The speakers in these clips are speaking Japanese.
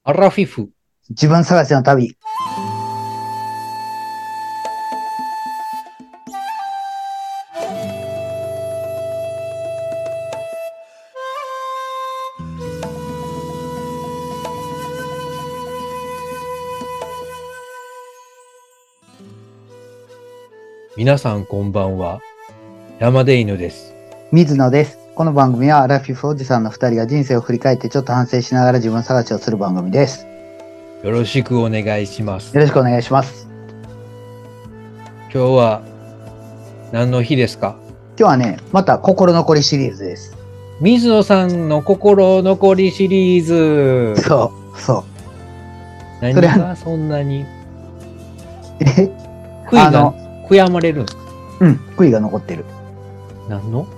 アラフィフ。 自分探しの旅。 皆さんこんばんは。山出犬です。 水野です。この番組はアラフィフおじさんの二人が人生を振り返ってちょっと反省しながら自分探しをする番組です。 よろしくお願いします。 よろしくお願いします。 今日は何の日ですか？ 今日はね、また心残りシリーズです。 水野さんの心残りシリーズ。 そう。 何がそんなに悔いが悔やまれるんですか？ 悔いが残ってる。 何の？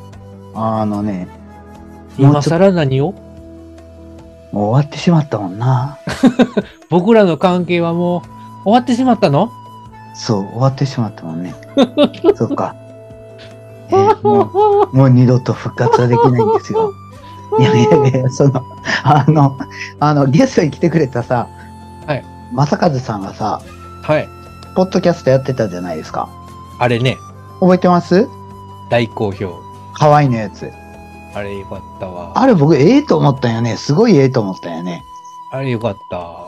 今更何を？ もう終わってしまったもんな。 僕らの関係はもう終わってしまったの？ そう、終わってしまったもんね。そうか。もう二度と復活はできないんですよ。いや、ゲストに来てくれたさ、 はい。 正和さんがさ、 はい。 ポッドキャストやってたじゃないですか。 あれね、 覚えてます？ 大好評。 ハワイのやつ。 あれよかったわ。 あれ僕と思ったんよね。すごいと思ったんよね。 あれよかった。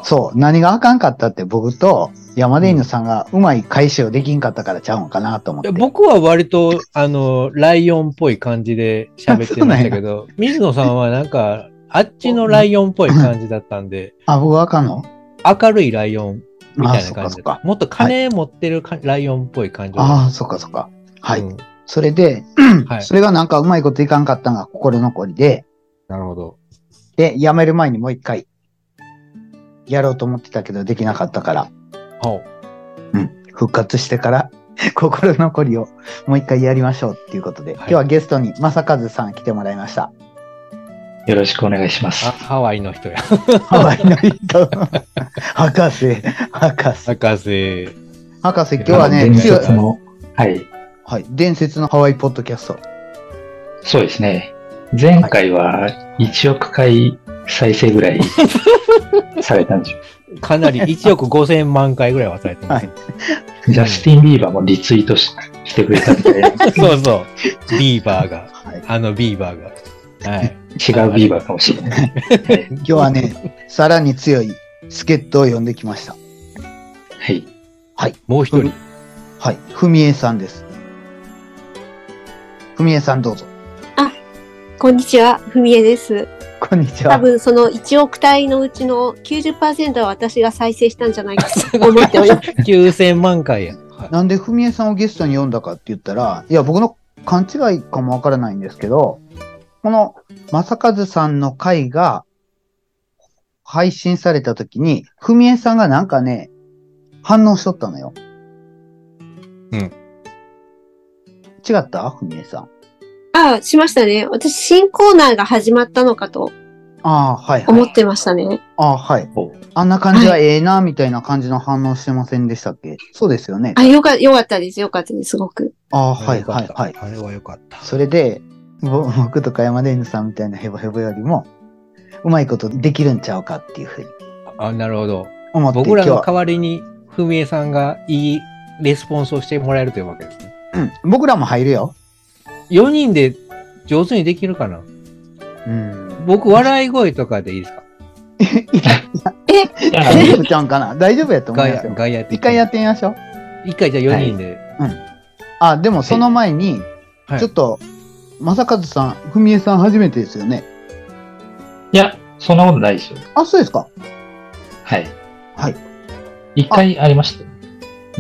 そう。何があかんかったって僕と山田犬さんがうまい返しをできんかったからちゃうんかなと思って。 僕は割と、ライオンっぽい感じで喋ってましたけど、水野さんはなんか、あっちのライオンっぽい感じだったんで。 あ、僕はあかんの？ 明るいライオンみたいな感じだった。もっと金持ってるライオンっぽい感じ。 ああ、そっか。はい。それで、それがなんかうまいこといかんかったのが心残りで。 なるほど。 で、辞める前にもう一回、やろうと思ってたけどできなかったから。復活してから心残りをもう一回やりましょうっていうことで、今日はゲストに正和さん来てもらいました。 よろしくお願いします。 ハワイの人や。 ハワイの人。博士、今日はね、 伝説の、 はい、伝説のハワイポッドキャスト。 そうですね。前回は1億回再生ぐらいされたんですよ。 かなり1億5000万回ぐらいはされてます。 ジャスティン・ビーバーもリツイートしてくれたみたいな。 そう。ビーバーが。ビーバーが。はい。 違うビーバーかもしれない。 今日はね、さらに強い助っ人を呼んできました。 はい。 もう一人。 はい。ふみえさんです。ふみえさんどうぞ。 こんにちは、ふみえです。 こんにちは。 多分その1億体のうちの 90% は私が再生したんじゃないかと思っております。 9000万回や。 なんでふみえさんをゲストに呼んだかって言ったら、いや、僕の勘違いかもわからないんですけど、この正和さんの回が配信された時に、ふみえさんがなんかね、反応しとったのよ。違ったふみえさん。 しましたね。私、新コーナーが始まったのかと思ってましたね。 あんな感じはな、みたいな感じの反応してませんでしたっけ？そうですよね。 よかったです。すごく。 あれはよかった。 それで、僕とか山田犬さんみたいなヘボヘボよりも、うまいことできるんちゃうかっていうふうに。 なるほど。 思って僕らの代わりに、ふみえさんがいいレスポンスをしてもらえるというわけですね。 僕らも入るよ。 4人で上手にできるかな？僕、笑い声とかでいいですか？ 大丈夫ちゃうんかな？大丈夫やと思いますよ。一回やってみましょう。 一回じゃあ4人で。 でもその前に、ちょっと、正和さん、ふみえさん初めてですよね。 いや、そんなことないですよ。 そうですか。 はい。一回ありました。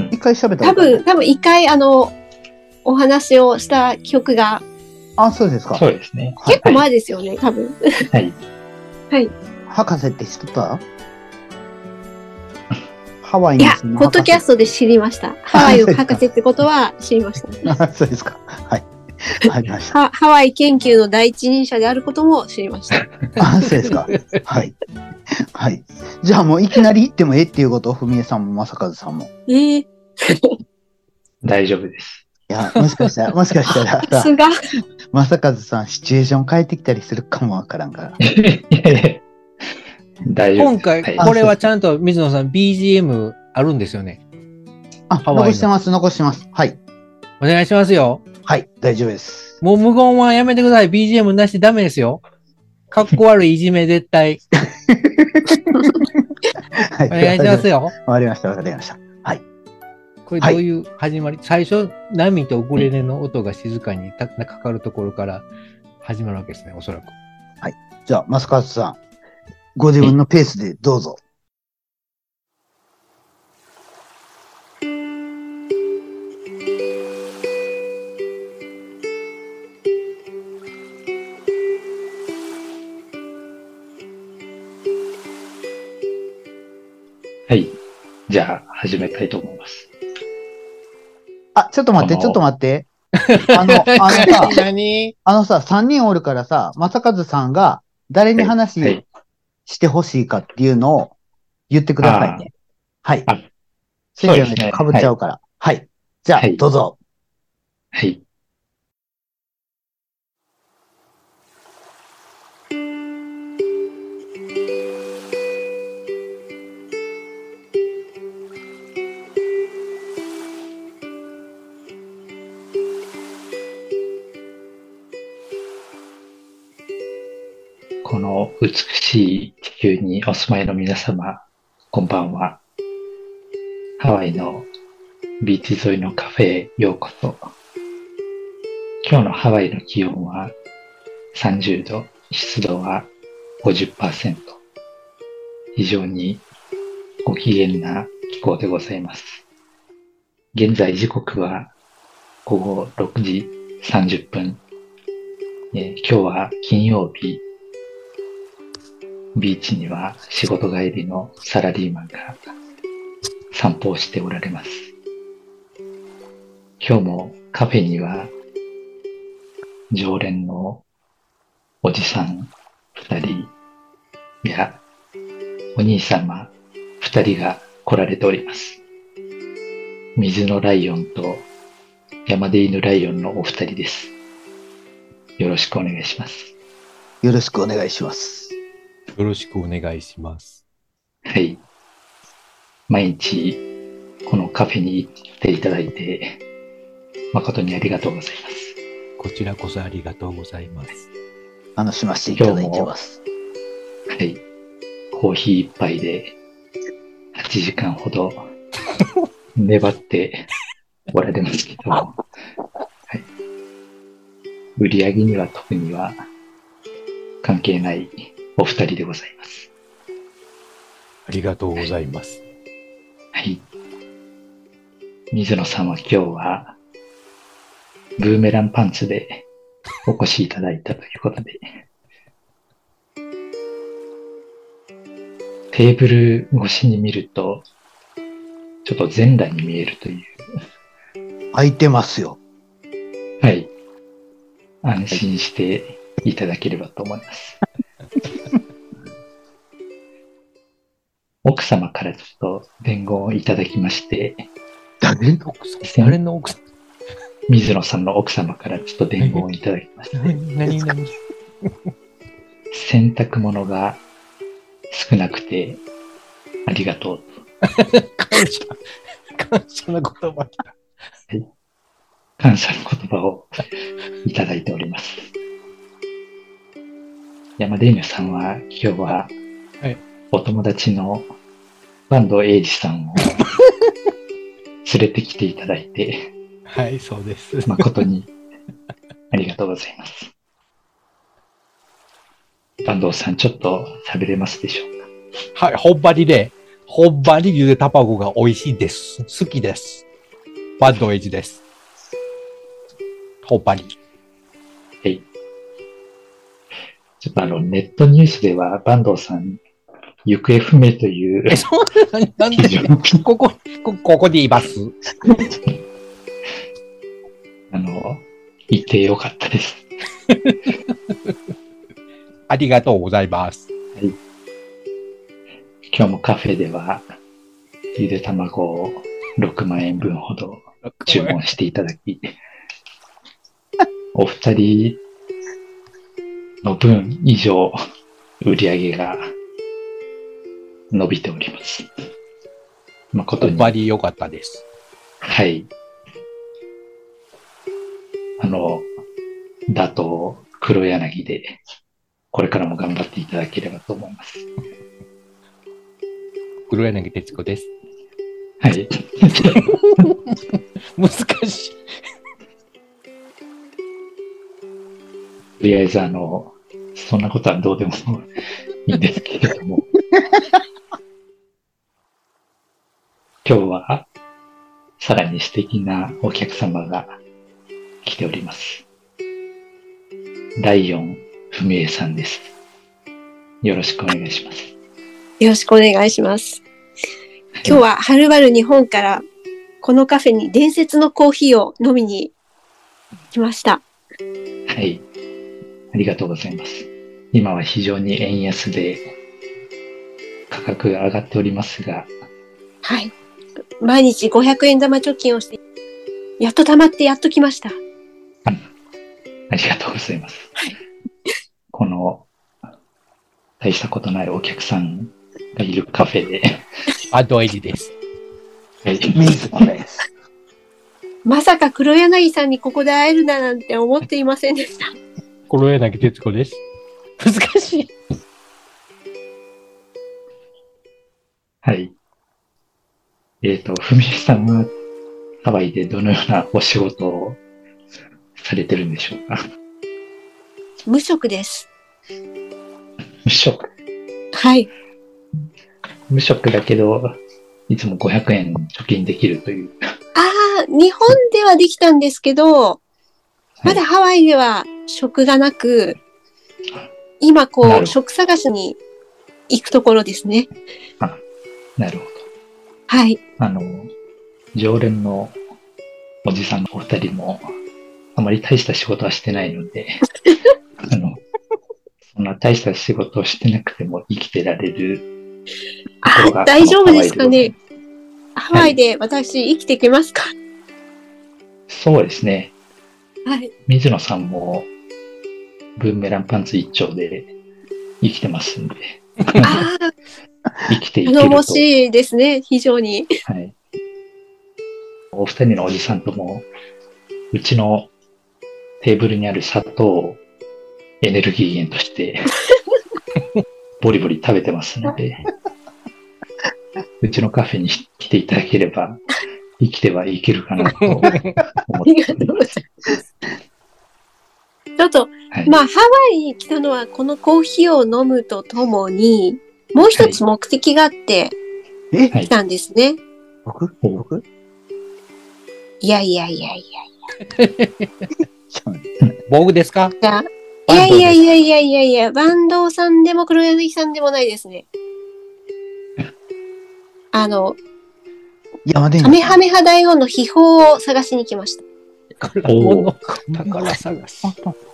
一回喋った。 多分一回お話をした記憶が。 そうですか。 そうですね。 結構前ですよね、多分。 はい。 博士って知ってた？ハワイに住むポッドキャストで知りました。ハワイの博士ってことは知りました。 そうですか。はい。ありました。 ハワイ研究の第一人者であることも知りました。 そうですか。はい。じゃあもういきなり言ってもっていうことをふみえさんも正和さんも。 大丈夫です。 いや、もしかしたらさすが正和さんシチュエーション変えてきたりするかもわからんから。 大丈夫です。 今回、これはちゃんと水野さん BGM あるんですよね。 残してます。はい。 お願いしますよ。 はい、大丈夫です。 もう無言はやめてください。BGM なしダメですよ。かっこ悪いいじめ絶対。 はい、 お願いしますよ。 わかりました。はい。 これどういう始まり、最初、波とウクレレの音が静かにかかるところから始まるわけですね、おそらく。 はい。じゃあ、正和さん、ご自分のペースでどうぞ。 はい。じゃあ、始めたいと思います。 ちょっと待って。3人おるからさ、正和さんが誰に話してほしいかっていうのを言ってくださいね。はい。そうですね。かぶっちゃうから。はい。じゃあ、どうぞ。 はい。この美しい地球にお住まいの皆様、こんばんは。ハワイのビーチ沿いのカフェへようこそ。今日のハワイの気温は30度、湿度は 50%。非常にご機嫌な気候でございます。現在時刻は午後6時30分。今日は金曜日。ビーチには仕事帰りのサラリーマンが散歩をしておられます。今日もカフェには常連のおじさん2人やお兄様2人が来られております。水のライオンと山で犬ライオンのお二人です。よろしくお願いします。 よろしくお願いします。 よろしくお願いします。 はい。毎日このカフェに来ていただいて誠にありがとうございます。 こちらこそありがとうございます。 楽しませていただいてます。 はい。コーヒー一杯で8時間ほど粘っておられますけども、はい。売り上げには特には関係ないお二人でございます。 ありがとうございます。 はい。水野さんは今日はブーメランパンツでお越しいただいたということで、テーブル越しに見るとちょっと全裸に見えるという。 開いてますよ。 はい。安心していただければと思います。奥様からちょっと伝言をいただきまして、 誰の奥さん？ 水野さんの奥様からちょっと伝言をいただきまして、 何洗濯物が少なくてありがとうと。 感謝の言葉。 はい。感謝の言葉をいただいております。山田犬さんは今日はお友達の坂東英二さんを連れてきていただいて、 はい、そうです。 誠にありがとうございます。坂東さん、ちょっと喋れますでしょうか？はい、ほんまにゆで卵が美味しいです。好きです。坂東英二です。ほんまに。 はい。ちょっとネットニュースでは坂東さん、行方不明という。 なんでここにいます。 いてよかったです。 ありがとうございます。 はい。今日もカフェでは、ゆで卵を6万円分ほど注文していただき、お二人の分以上売り上げが伸びております。誠に。 バリ良かったです。 はい。打倒黒柳で、これからも頑張っていただければと思います。 黒柳徹子です。 はい。 難しい。 とりあえずそんなことはどうでもいいんですけれども。今日はさらに素敵なお客様が来ております。ライオンふみえさんです。よろしくお願いします。 よろしくお願いします。今日ははるばる日本からこのカフェに伝説のコーヒーを飲みに来ました。 はい。ありがとうございます。今は非常に円安で価格が上がっておりますが。 はい。毎日500円玉貯金をして、やっと貯まってやっと来ました。 ありがとうございます。 はい。 この大したことないお客さんがいるカフェで。 土井です。 はい。 水野です。 まさか黒柳さんにここで会えるなんて思っていませんでした。 黒柳徹子です。難しい。 はい。ふみえさんはハワイでどのようなお仕事をされてるんでしょうか？ 無職です。 無職？ はい。 無職だけど、いつも500円貯金できるという。 日本ではできたんですけど、まだハワイでは職がなく、今職探しに行くところですね。 なるほど。 はい。 常連のおじさんのお二人も、あまり大した仕事はしてないので、そんな大した仕事をしてなくても生きてられるところが。 大丈夫ですかね。ハワイで私生きていけますか？ そうですね。 はい。 水野さんも、ブーメランパンツ一丁で生きてますんで。生きていけると。 頼もしいですね、非常に。 はい。お二人のおじさんとも、うちのテーブルにある砂糖をエネルギー源として、ボリボリ食べてますので、うちのカフェに来ていただければ、生きてはいけるかなと思っております。 ありがとうございます。ちょっと、はい、ハワイに来たのはこのコーヒーを飲むとともに、もう一つ目的があって、来たんですね。 僕いや。 僕ですか？ いや、坂東さんでも黒柳さんでもないですね。カメハメハ大王の秘宝を探しに来ました。 宝探し。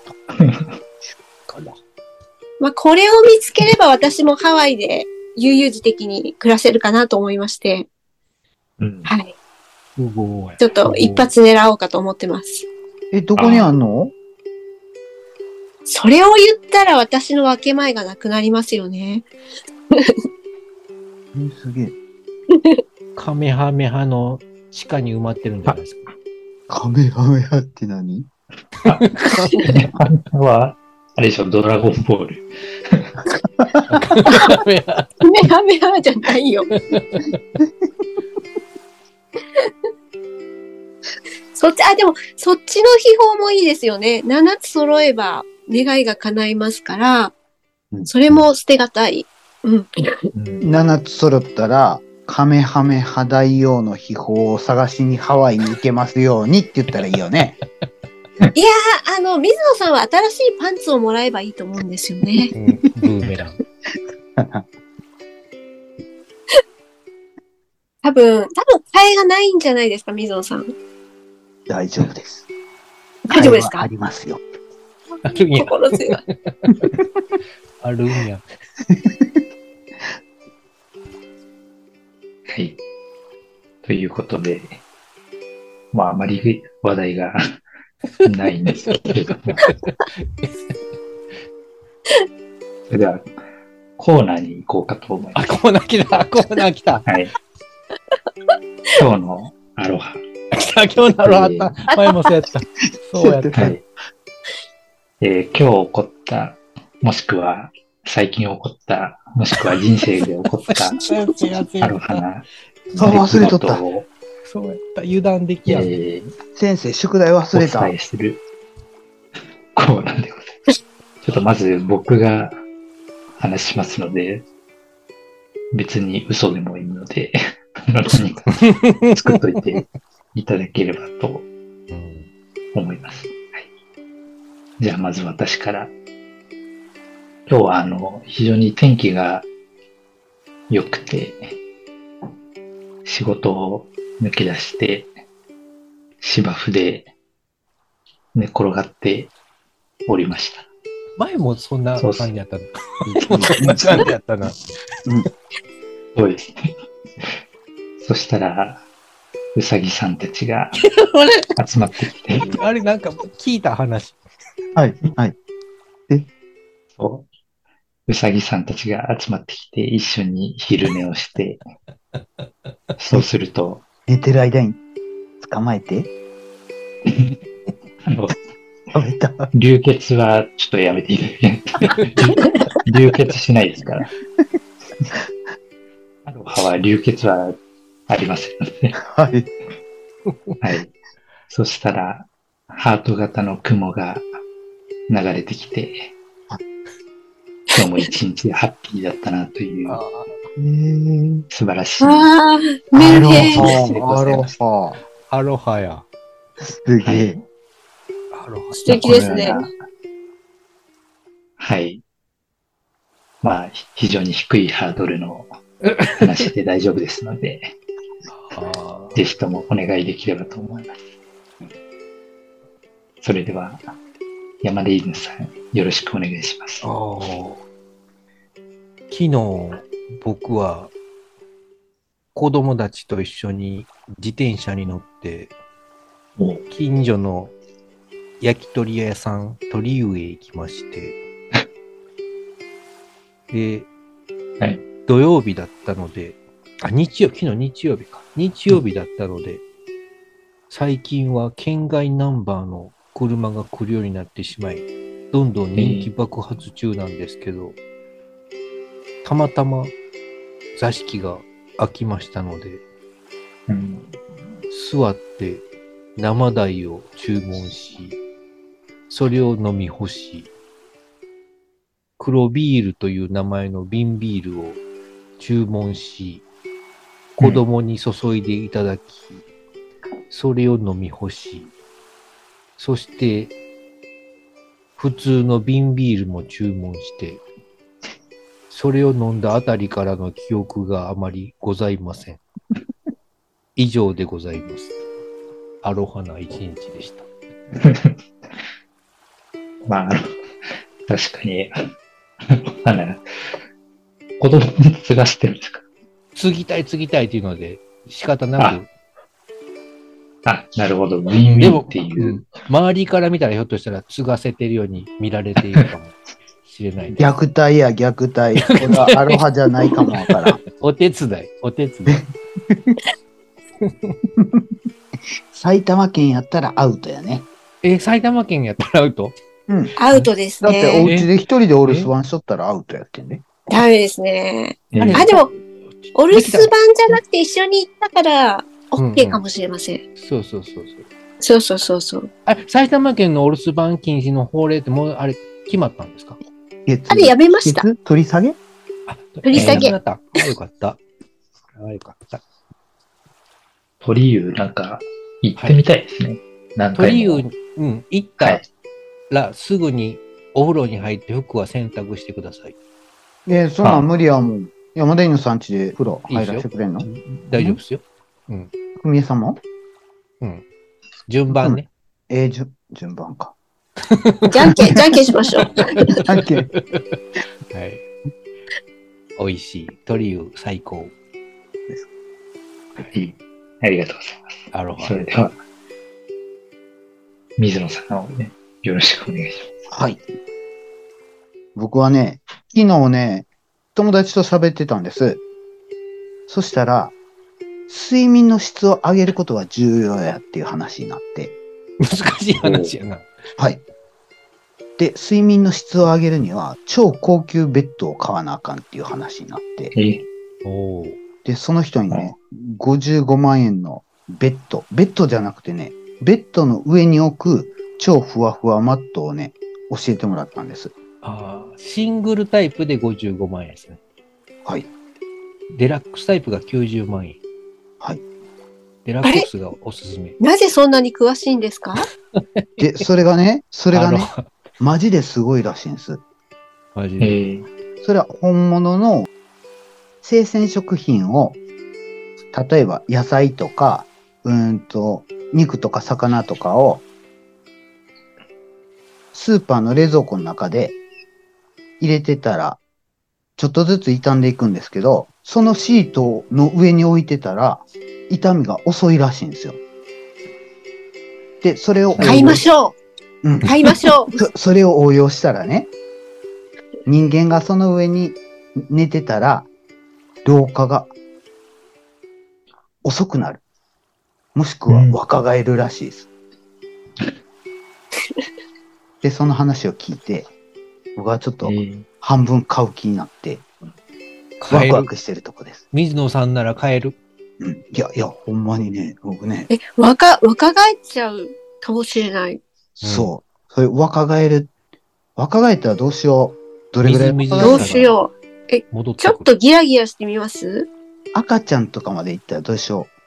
これを見つければ私もハワイで悠々自適に暮らせるかなと思いまして、はい。ちょっと一発狙おうかと思ってます。 どこにあんの？ それを言ったら私の分け前がなくなりますよね。 すげえ。 カメハメハの地下に埋まってるんじゃないですか。 カメハメハって何？ カメハメハは、あれでしょ、ドラゴンボール。 カメハメハじゃないよ。でも、そっちの秘宝もいいですよね。7つ揃えば願いが叶いますから、それも捨てがたい。 7つ揃ったら、カメハメハ大王の秘宝を探しにハワイに行けますようにって言ったらいいよね。 いやー、水野さんは新しいパンツをもらえばいいと思うんですよね。 ブーメラン。 多分、替えがないんじゃないですか、水野さん。 大丈夫です。 大丈夫ですか？ ありますよ。 あるんや。 心強い。 あるんや。 はい。ということで、あまり話題がないんですけれども。それでは、 コーナーに行こうかと思います。 コーナー来た、コーナー来た。 はい。今日のアロハ。 今日のアロハあった。前もそうやった。そうやった。はい。 今日起こった、もしくは最近起こった、もしくは人生で起こったアロハな忘れとった。 そうやった。油断できやん。 先生、宿題忘れた。 お伝えするコーナーでございます。ちょっとまず僕が話しますので、別に嘘でもいいので、何か作っといていただければと思います。はい、じゃあまず私から。今日は非常に天気が良くて、仕事を抜け出して、芝生で寝転がっておりました。 前もそんな感じやったの。そんな感じやったな。 そうですね。そしたら、うさぎさんたちが集まってきて。 あれなんか聞いた話。 はい、はい。 うさぎさんたちが集まってきて、一緒に昼寝をして、そうすると。 寝てる間に捕まえて。 流血はちょっとやめていただきたい。流血しないですから。アロハは流血はありませんので。 はい。 はい。そしたら、ハート型の雲が流れてきて、今日も一日ハッピーだったなという、素晴らしい。 アロハ。 アロハや。 すげえ。 素敵ですね。 はい。まあ、非常に低いハードルの話で大丈夫ですので、ぜひともお願いできればと思います。それでは、山田犬さん、よろしくお願いします。 昨日、僕は子供たちと一緒に自転車に乗って、近所の焼き鳥屋さん、鳥湯へ行きまして、で、 はい、 土曜日だったので、昨日日曜日か。日曜日だったので、最近は県外ナンバーの車が来るようになってしまい、どんどん人気爆発中なんですけど、たまたま座敷が空きましたので、座って生鯛を注文し、それを飲み干し、黒ビールという名前の瓶ビールを注文し、子供に注いでいただき、それを飲み干し、そして普通の瓶ビールも注文して、それを飲んだあたりからの記憶があまりございません。以上でございます。アロハな一日でした。 まあ、確かに、子供に継がしてるんですか？ 継ぎたいっていうので、仕方なく。 なるほど。ウィンウィンっていう。 周りから見たらひょっとしたら継がせてるように見られているかもしれない。 虐待や虐待。これはアロハじゃないかもわからん。 お手伝い。 埼玉県やったらアウトやね。 埼玉県やったらアウト？ アウトですね。 だってお家で一人でお留守番しとったらアウトやってんね。 ダメですね。でも、お留守番じゃなくて一緒に行ったから、OK かもしれません。 そう。埼玉県のお留守番禁止の法令ってもう、あれ、決まったんですか？ あれ、やめました。 取り下げ？ 取り下げ。 よかった。 鳥湯、なんか、行ってみたいですね。 鳥湯、行ったら、すぐにお風呂に入って服は洗濯してください。 そんなん無理やもん。山田犬さん家で風呂入らせてくれんの？ 大丈夫ですよ。 ふみえさんも？ 順番ね。 順番か。 じゃんけんしましょう。 じゃんけん。 はい。美味しい。鳥湯最高。 ありがとうございます。 アロハ。 それでは、水野さんをね、よろしくお願いします。 はい。僕はね、昨日ね、 友達と喋ってたんです。そしたら、睡眠の質を上げることが重要やっていう話になって。 難しい話やな。 はい。で、睡眠の質を上げるには、超高級ベッドを買わなあかんっていう話になって。で、その人にね、55万円のベッドじゃなくてね、ベッドの上に置く超ふわふわマットをね、教えてもらったんです。 シングルタイプで55万円ですね。 はい。 デラックスタイプが90万円。 はい。 デラックスがおすすめ。 なぜそんなに詳しいんですか？ で、それがね、マジですごいらしいんです。 マジで。 それは本物の生鮮食品を、例えば野菜とか、肉とか魚とかを、スーパーの冷蔵庫の中で入れてたら、ちょっとずつ傷んでいくんですけど、そのシートの上に置いてたら、傷みが遅いらしいんですよ。で、それを買いましょう。うん、買いましょう。それを応用したらね、人間がその上に寝てたら、老化が遅くなる。もしくは若返るらしいです。で、その話を聞いて、僕はちょっと半分買う気になって、ワクワクしてるとこです。 水野さんなら買える。 うん。いや、ほんまにね、僕ね。 若返っちゃうかもしれない。 そう。それ若返ったらどうしよう。どれぐらいどうしよう。ちょっとギラギラしてみます？ 赤ちゃんとかまで行ったらどうしよ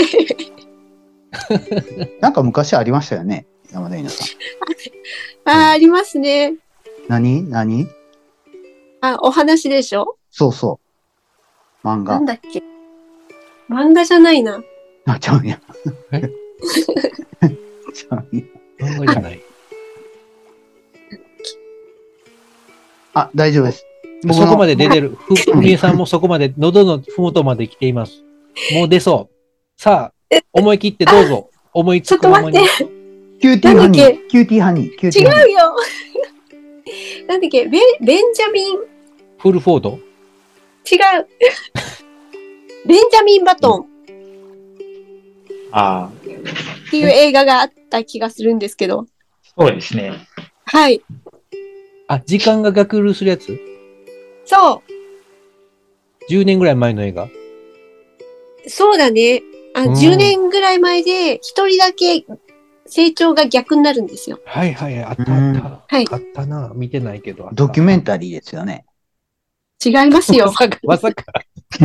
う。なんか昔ありましたよね、山田稲さん。 ありますね。 何お話でしょ？ そうそう。漫画。 なんだっけ？漫画じゃないな。 ちゃうんや。 ちゃうんや。漫画じゃない。 大丈夫です。 そこまで出てる。ふみえさんもそこまで、喉のふもとまで来ています。もう出そう。さあ、思い切ってどうぞ。思いつくままに。 ちょっと待って。 キューティーハニー。キューティーハニー。 違うよ。なんだっけ、ベンジャミン。 フルフォード？ 違う。ベンジャミン・バトン。っていう映画があった気がするんですけど。 そうですね。 はい。 時間が逆流するやつ？ そう。 10年ぐらい前の映画？ そうだね。10年ぐらい前で、一人だけ成長が逆になるんですよ。 はい、あった。 はい。 あったな。見てないけど。 ドキュメンタリーですよね。 違いますよ。 まさか。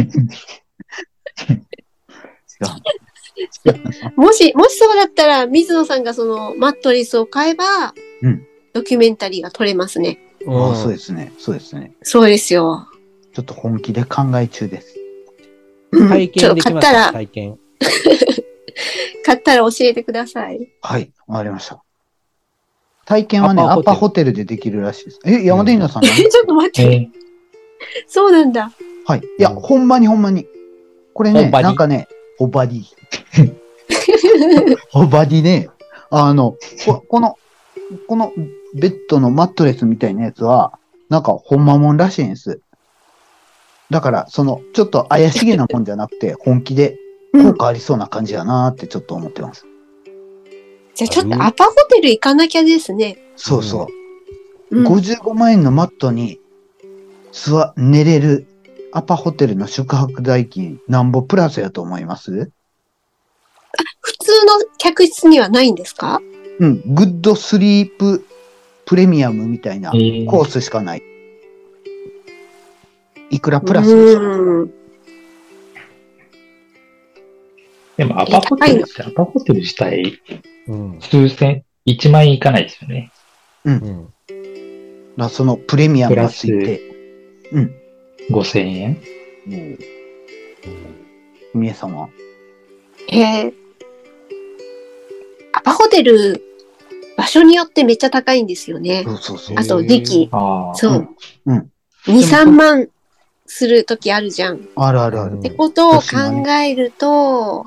もしそうだったら、水野さんがそのマットレスを買えば、ドキュメンタリーが撮れますね。 そうですね。 そうですよ。 ちょっと本気で考え中です。 体験できますか？体験。 買ったら教えてください。 はい、わかりました。体験はね、アパホテルでできるらしいです。山田稲さんちょっと待って。そうなんだ。 はい。いや、ほんまに。これね、なんかね、ホバディ。ホバディね、このベッドのマットレスみたいなやつは、なんかほんまもんらしいんです。だから、ちょっと怪しげなもんじゃなくて、本気で効果ありそうな感じだなーってちょっと思ってます。 じゃあちょっとアパホテル行かなきゃですね。 そうそう。55万円のマットに寝れるアパホテルの宿泊代金なんぼプラスやと思います？ 普通の客室にはないんですか？ グッドスリーププレミアムみたいなコースしかない。いくらプラスでしょう？ でもアパホテル自体、数千、1万円いかないですよね。 そのプレミアムがついて。 5000円。 みえさんは？ アパホテル、場所によってめっちゃ高いんですよね。あと、時期。そう。2、3万するときあるじゃん。 ある。 ってことを考えると、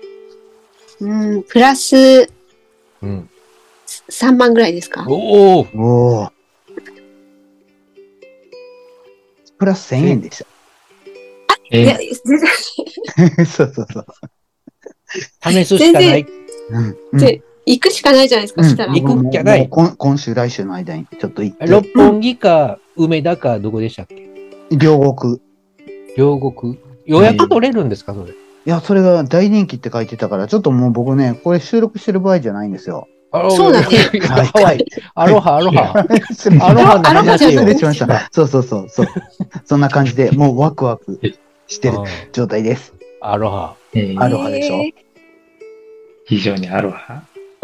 プラス、3万ぐらいですか？ おー。 プラス1000円でしいや、全然、 た。そうそうそう。 試すしかない。 で行くしかないじゃないですか、したら。 行くんじゃない。 もう今週、来週の間にちょっと行って。 六本木か梅田かどこでしたっけ？ 両国。 両国。予約取れるんですか、それ。 いや、それが大人気って書いてたから、ちょっともう僕ね、これ収録してる場合じゃないんですよ。 そうだね。 はい。 アロハ。アロハアロハじゃ失礼しました。そう。そんな感じで、もうワクワクしてる状態です。 アロハ。 アロハでしょ？ 非常にアロハ。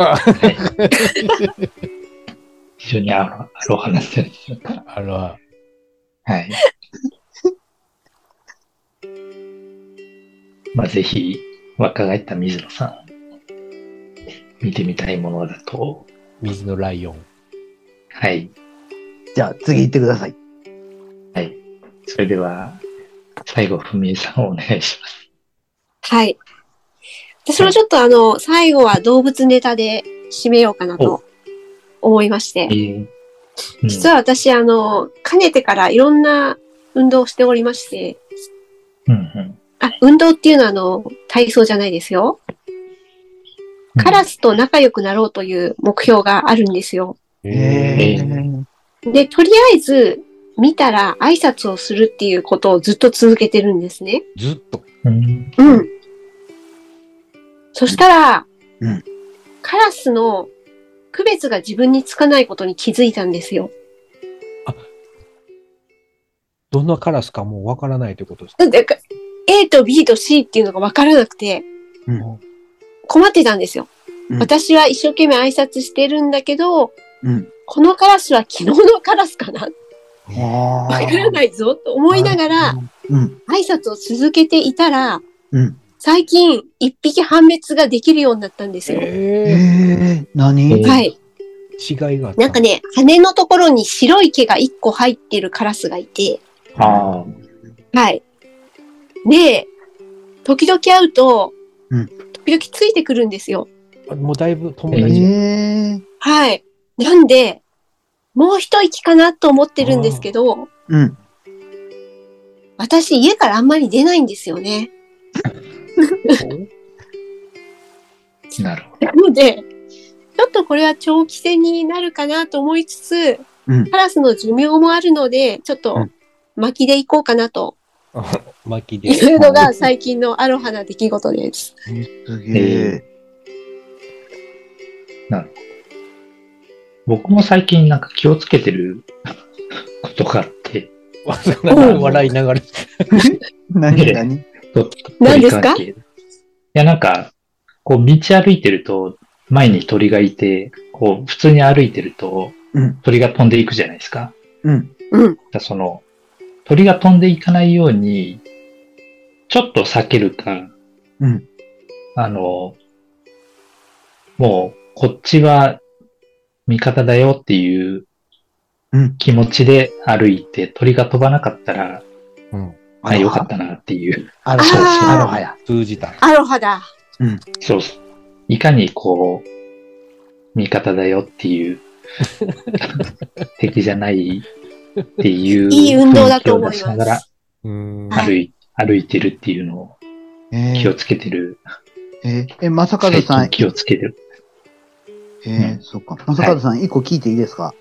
非常にアロハなんですよ。 アロハ。 はい。まあ、ぜひ、若返った水野さん、見てみたいものだと。 水のライオン。 はい。 じゃあ、次行ってください。 はい。それでは、最後、ふみえさんお願いします。 はい。私もちょっと最後は動物ネタで締めようかなと思いまして。実は私、かねてからいろんな運動をしておりまして、運動っていうのは体操じゃないですよ。カラスと仲良くなろうという目標があるんですよ。で、とりあえず見たら挨拶をするっていうことをずっと続けてるんですね。 ずっと。 そしたら、カラスの区別が自分につかないことに気づいたんですよ。 どんなカラスかもうわからないということですか？ A と B と C っていうのがわからなくて、困ってたんですよ。私は一生懸命挨拶してるんだけど、このカラスは昨日のカラスかな？わからないぞと思いながら、挨拶を続けていたら、最近一匹判別ができるようになったんですよ。 何？ はい。 違いがあった。 なんかね、羽のところに白い毛が1個入ってるカラスがいて、はい。で、時々会うと、時々ついてくるんですよ。 もうだいぶ友達。 はい。なんで、もう一息かなと思ってるんですけど、私家からあんまり出ないんですよね。 なるほど。 なので、ちょっとこれは長期戦になるかなと思いつつ、カラスの寿命もあるので、ちょっと巻きでいこうかなと。 巻きで。 いうのが最近のアロハな出来事です。 すげえ。 なるほど。僕も最近なんか気をつけてることがあって。 笑いながら。 何ですか？ いや、なんか、こう道歩いてると、前に鳥がいて、こう普通に歩いてると、鳥が飛んでいくじゃないですか。その、鳥が飛んでいかないように、ちょっと避けるか、もう、こっちは味方だよっていう気持ちで歩いて、鳥が飛ばなかったら、よかったなっていう。 アロハや。 通じた。 アロハだ。 そうそう。いかにこう、味方だよっていう、敵じゃないっていう、 いい運動だと思います。 しながら歩いてるっていうのを気をつけてる。 正和さん。 気をつけてる。 そっか。正和さん、一個聞いていいですか？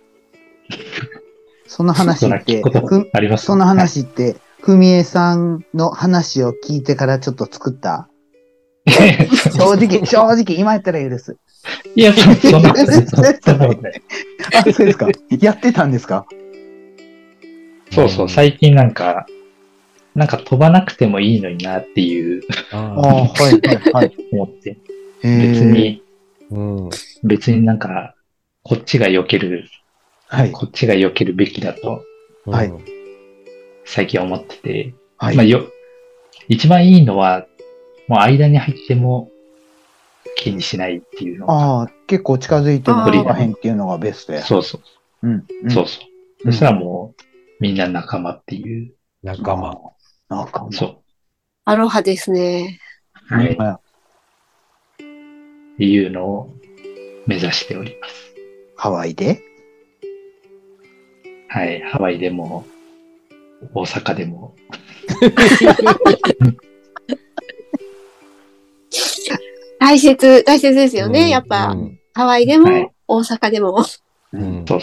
その話って、その話って、ふみえさんの話を聞いてからちょっと作った？正直、今やったら許す。 いや、そんなことない。 あ、そうですか。やってたんですか？ そうそう、最近なんか飛ばなくてもいいのになっていう、思って。別になんか、こっちが避けるべきだと、最近思ってて、一番いいのは、もう間に入っても気にしないっていうのが。 結構近づいても取らへんっていうのがベストや。 そうそう。そうそう。そしたらもう、みんな仲間っていう。 仲間。 そう。 アロハですね。 はい。っていうのを目指しております。 ハワイで？ はい、ハワイでも、 大阪でも。 大切ですよね。やっぱ、ハワイでも、大阪でも。 そうそう。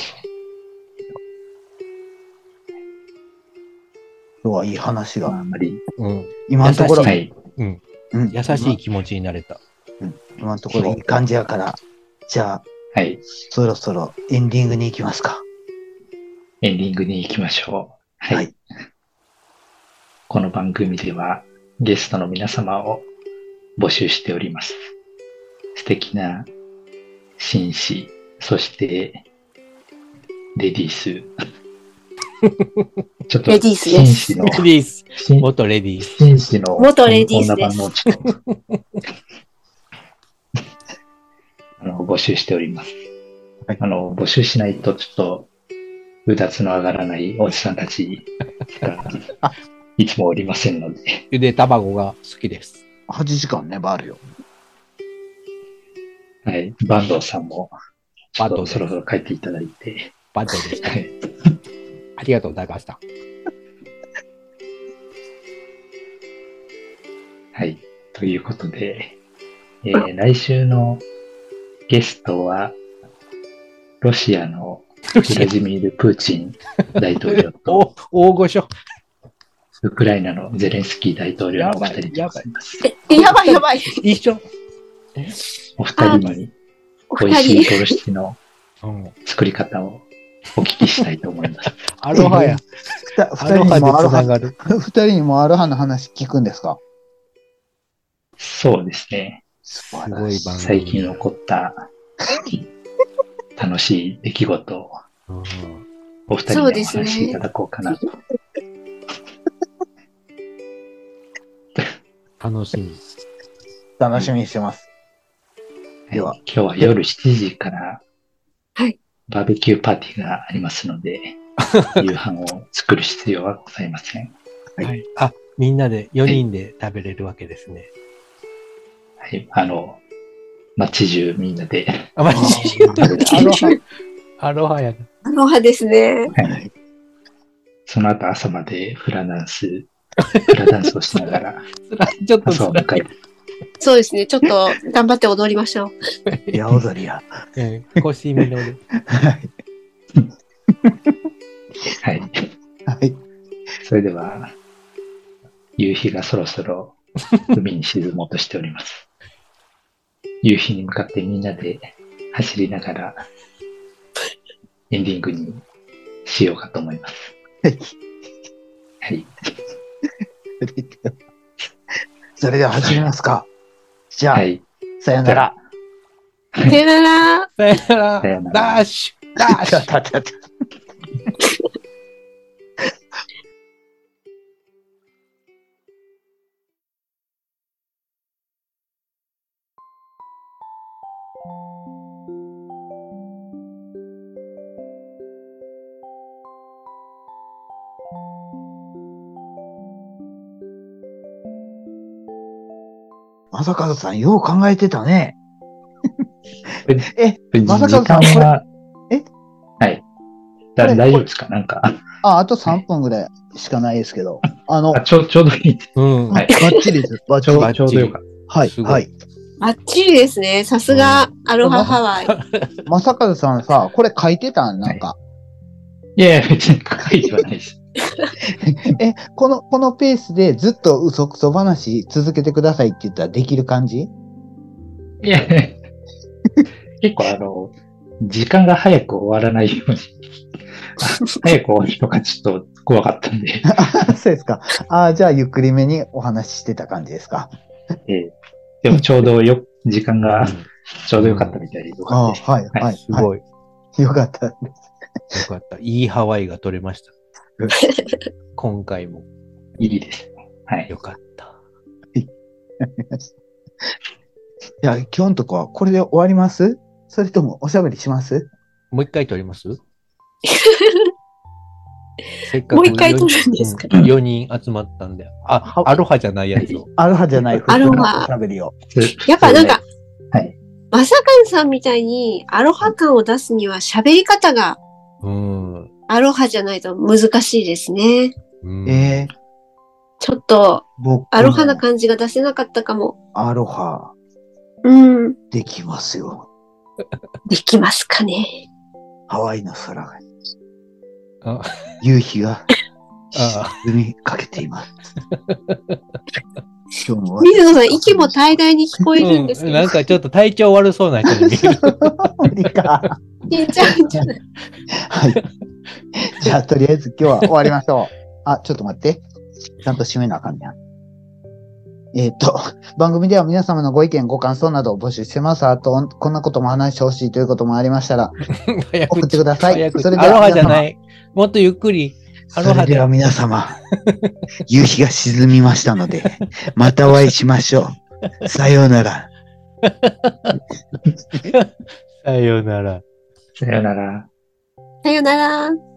今日はいい話が。 あんまり。 今のところ、 優しい気持ちになれた。 今のところいい感じやから、じゃあ、そろそろエンディングに行きますか。 エンディングに行きましょう。はい。この番組ではゲストの皆様を募集しております。素敵な紳士、そしてレディース。ちょっとレディースです。 紳士のレディース。元レディース。 紳士の元レディースです。 女版のちょっと募集しております。募集しないとちょっとうだつの上がらないおじさんたちからいつもおりませんので。 ゆで卵が好きです。 8時間粘るよ。 はい。坂東さんも、そろそろ帰っていただいて。 バッドでした。ありがとうございました。 はい。ということで、来週のゲストは、ロシアのウラジミール・プーチン大統領と、 大御所。 ウクライナのゼレンスキー大統領のお二人でございます。 やばい。 一緒。 お二人に、美味しいボルシチの作り方をお聞きしたいと思います。 アロハや。 二人にもアロハの話聞くんですか？ そうですね。 すごい番組。 最近起こった楽しい出来事をお二人でお話しいただこうかなと。 楽しみにしてます。 では、今日は夜7時からバーベキューパーティーがありますので、夕飯を作る必要はございません。 はい。あ、みんなで4人で食べれるわけですね。 はい。街中みんなで。 街中アロハやな。 アロハですね。 はい。その後朝までフラダンスをしながら、 ちょっと朝を迎える。 そうですね。ちょっと頑張って踊りましょう。 踊りや。 腰みのる。 はい。それでは、夕日がそろそろ海に沈もうとしております。夕日に向かってみんなで走りながらエンディングにしようかと思います。はい。 それでは始めますか。じゃあ、さよなら。 さよなら。 さよなら。ダッシュ。ダッシュ。 正和さん、よう考えてたね。 正和さん、これ、はい。大丈夫ですか？なんか。 あと3分ぐらいしかないですけど。 ちょうどいい。 バッチリです。バッチリ。 ちょうどよかった。 はい。はい。 バッチリですね。さすが、アロハハワイ。 正和さんさ、これ書いてたんなんか。 いやいや、別に書いてはないです。 このペースでずっと嘘くそ話続けてくださいって言ったらできる感じ？ いや、結構時間が早く終わらないように、早く終わるのがちょっと怖かったんで。 そうですか。じゃあゆっくりめにお話ししてた感じですか。 でもちょうど時間がちょうどよかったみたいでよかったです。 はい。 すごい。 よかったです。 よかった。いいハワイが取れました。今回も。 いいですね。はい。 よかった。 じゃあ今日のとこはこれで終わります？それともおしゃべりします？ もう一回撮りますせっかくもう一回撮るんですか ？4人集まったんで。アロハじゃないやつを。 アロハじゃないアロハ。 おしゃべりを。 やっぱなんか、まさかんさんみたいにアロハ感を出すには喋り方が、アロハじゃないと難しいですね。 うんちょっと、 僕アロハな感じが出せなかったかも。 アロハ、できますよ。 できますかね。 ハワイの空が、 あ夕日があ沈みかけています。今日も水野さん、息も怠惰に聞こえるんですけど。 なんかちょっと体調悪そうな人に見える。 無理か。 死んじゃうんじゃない？ はい。じゃあ、とりあえず今日は終わりましょう。あ、ちょっと待って。ちゃんと締めなあかんねや。番組では皆様のご意見、ご感想などを募集してます。あと、こんなことも話してほしいということもありましたら、送ってください。それではアロハじゃない。もっとゆっくり。 それでは皆様、夕日が沈みましたので、またお会いしましょう。さようなら。 さようなら。 さよなら。 さよなら。